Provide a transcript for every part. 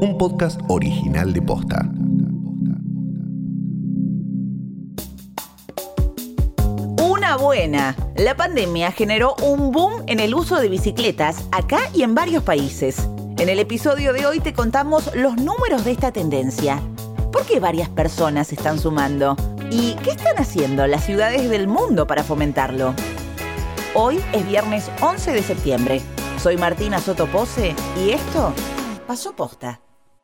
un podcast original de Posta. Una buena. La pandemia generó un boom en el uso de bicicletas acá y en varios países. En el episodio de hoy te contamos los números de esta tendencia. ¿Por qué varias personas se están sumando? ¿Y qué están haciendo las ciudades del mundo para fomentarlo? Hoy es viernes 11 de septiembre. Soy Martina Soto Pose y esto pasó posta.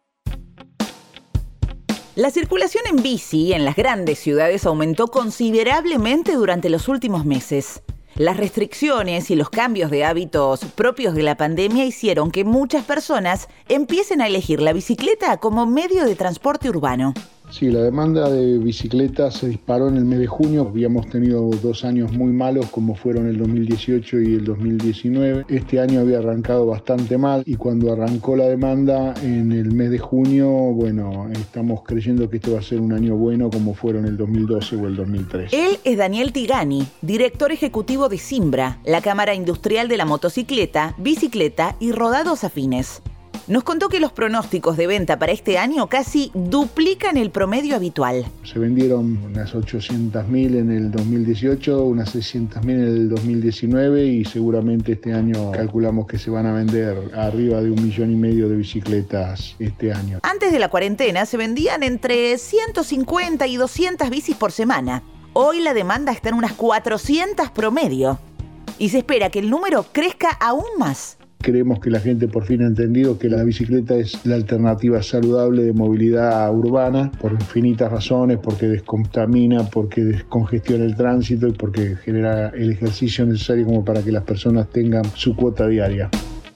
La circulación en bici en las grandes ciudades aumentó considerablemente durante los últimos meses. Las restricciones y los cambios de hábitos propios de la pandemia hicieron que muchas personas empiecen a elegir la bicicleta como medio de transporte urbano. Sí, la demanda de bicicletas se disparó en el mes de junio. Habíamos tenido 2 años muy malos como fueron el 2018 y el 2019. Este año había arrancado bastante mal y cuando arrancó la demanda en el mes de junio, estamos creyendo que este va a ser un año bueno como fueron el 2012 o el 2013. Él es Daniel Tigani, director ejecutivo de Simbra, la Cámara Industrial de la Motocicleta, Bicicleta y Rodados Afines. Nos contó que los pronósticos de venta para este año casi duplican el promedio habitual. Se vendieron unas 800.000 en el 2018, unas 600.000 en el 2019 y seguramente este año calculamos que se van a vender arriba de 1,5 millones de bicicletas este año. Antes de la cuarentena se vendían entre 150 y 200 bicis por semana. Hoy la demanda está en unas 400 promedio. Y se espera que el número crezca aún más. Creemos que la gente por fin ha entendido que la bicicleta es la alternativa saludable de movilidad urbana por infinitas razones, porque descontamina, porque descongestiona el tránsito y porque genera el ejercicio necesario como para que las personas tengan su cuota diaria.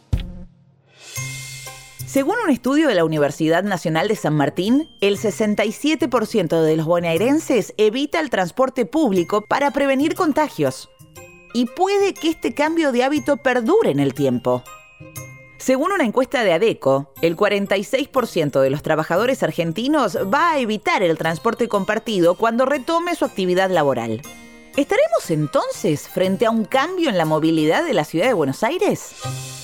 Según un estudio de la Universidad Nacional de San Martín, el 67% de los bonaerenses evita el transporte público para prevenir contagios. Y puede que este cambio de hábito perdure en el tiempo. Según una encuesta de ADECO, el 46% de los trabajadores argentinos va a evitar el transporte compartido cuando retome su actividad laboral. ¿Estaremos entonces frente a un cambio en la movilidad de la ciudad de Buenos Aires?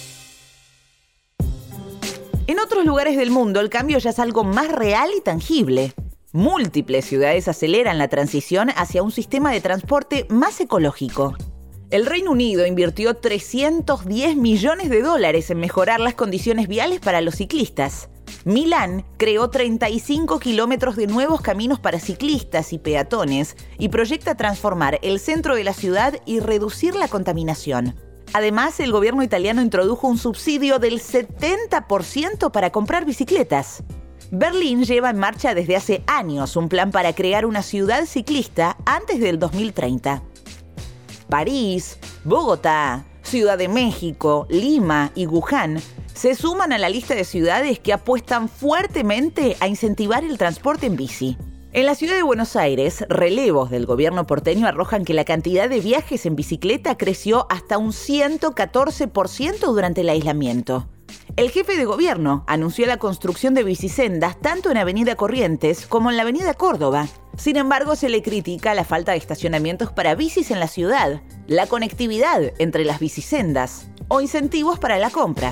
En otros lugares del mundo, el cambio ya es algo más real y tangible. Múltiples ciudades aceleran la transición hacia un sistema de transporte más ecológico. El Reino Unido invirtió $310 millones en mejorar las condiciones viales para los ciclistas. Milán creó 35 kilómetros de nuevos caminos para ciclistas y peatones y proyecta transformar el centro de la ciudad y reducir la contaminación. Además, el gobierno italiano introdujo un subsidio del 70% para comprar bicicletas. Berlín lleva en marcha desde hace años un plan para crear una ciudad ciclista antes del 2030. París, Bogotá, Ciudad de México, Lima y Wuhan se suman a la lista de ciudades que apuestan fuertemente a incentivar el transporte en bici. En la ciudad de Buenos Aires, relevos del gobierno porteño arrojan que la cantidad de viajes en bicicleta creció hasta un 114% durante el aislamiento. El jefe de gobierno anunció la construcción de bicisendas tanto en Avenida Corrientes como en la Avenida Córdoba. Sin embargo, se le critica la falta de estacionamientos para bicis en la ciudad, la conectividad entre las bicisendas o incentivos para la compra.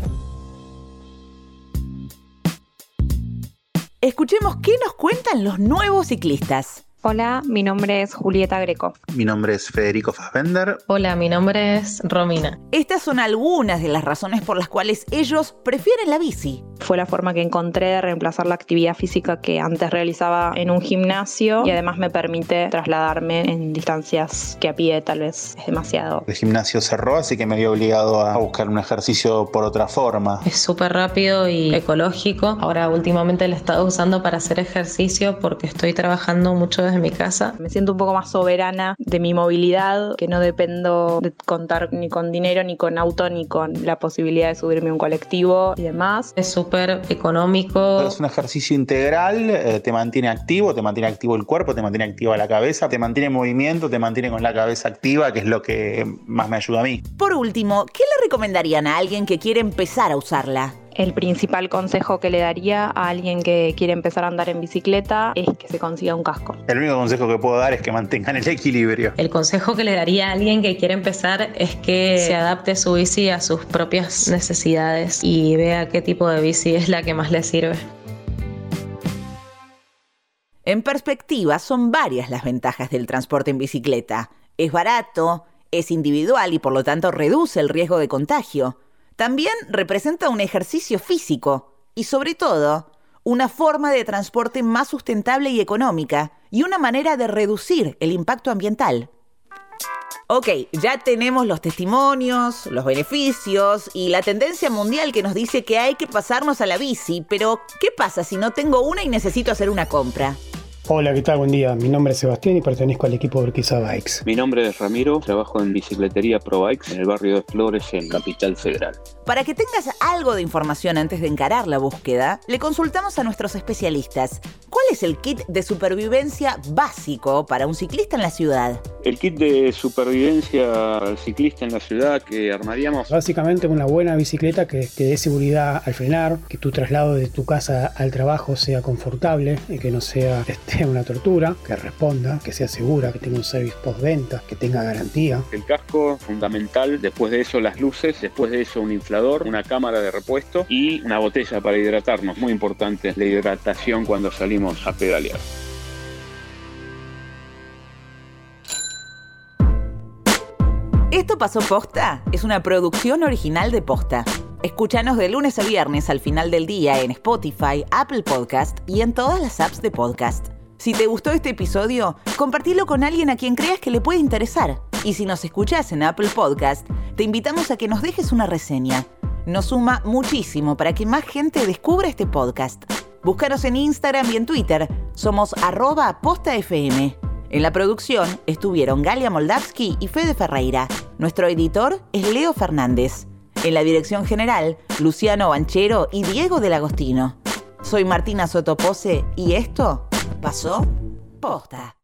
Escuchemos qué nos cuentan los nuevos ciclistas. Hola, mi nombre es Julieta Greco. Mi nombre es Federico Fassbender. Hola, mi nombre es Romina. Estas son algunas de las razones por las cuales ellos prefieren la bici. Fue la forma que encontré de reemplazar la actividad física que antes realizaba en un gimnasio y además me permite trasladarme en distancias que a pie tal vez es demasiado. El gimnasio cerró, así que me vi obligado a buscar un ejercicio por otra forma. Es súper rápido y ecológico. Ahora últimamente lo he estado usando para hacer ejercicio porque estoy trabajando mucho desde mi casa. Me siento un poco más soberana de mi movilidad, que no dependo de contar ni con dinero, ni con auto, ni con la posibilidad de subirme a un colectivo y demás. Es súper económico. Es un ejercicio integral, te mantiene activo el cuerpo, te mantiene activa la cabeza, te mantiene en movimiento, te mantiene con la cabeza activa, que es lo que más me ayuda a mí. Por último, ¿qué le recomendarían a alguien que quiere empezar a usarla? El principal consejo que le daría a alguien que quiere empezar a andar en bicicleta es que se consiga un casco. El único consejo que puedo dar es que mantengan el equilibrio. El consejo que le daría a alguien que quiere empezar es que se adapte su bici a sus propias necesidades y vea qué tipo de bici es la que más le sirve. En perspectiva, son varias las ventajas del transporte en bicicleta. Es barato, es individual y por lo tanto reduce el riesgo de contagio. También representa un ejercicio físico y, sobre todo, una forma de transporte más sustentable y económica y una manera de reducir el impacto ambiental. Ok, ya tenemos los testimonios, los beneficios y la tendencia mundial que nos dice que hay que pasarnos a la bici, pero ¿qué pasa si no tengo una y necesito hacer una compra? Hola, ¿qué tal? Buen día. Mi nombre es Sebastián y pertenezco al equipo de Urquiza Bikes. Mi nombre es Ramiro, trabajo en bicicletería Pro Bikes en el barrio de Flores, en Capital Federal. Para que tengas algo de información antes de encarar la búsqueda, le consultamos a nuestros especialistas. ¿Cuál es el kit de supervivencia básico para un ciclista en la ciudad? El kit de supervivencia para el ciclista en la ciudad que armaríamos... Básicamente una buena bicicleta que te dé seguridad al frenar, que tu traslado de tu casa al trabajo sea confortable y que no sea una tortura, que responda, que sea segura, que tenga un service postventa, que tenga garantía. El casco, fundamental. Después de eso las luces, después de eso un inflador, una cámara de repuesto y una botella para hidratarnos. Muy importante la hidratación cuando salimos a pedalear. Esto pasó Posta es una producción original de Posta. Escúchanos de lunes a viernes al final del día en Spotify, Apple Podcast y en todas las apps de podcast. Si te gustó este episodio, compartilo con alguien a quien creas que le puede interesar. Y si nos escuchás en Apple Podcast, te invitamos a que nos dejes una reseña. Nos suma muchísimo para que más gente descubra este podcast. Búscanos en Instagram y en Twitter. Somos @postafm. En la producción estuvieron Galia Moldavsky y Fede Ferreira. Nuestro editor es Leo Fernández. En la dirección general, Luciano Banchero y Diego del Agostino. Soy Martina Sotopose y esto pasó Posta.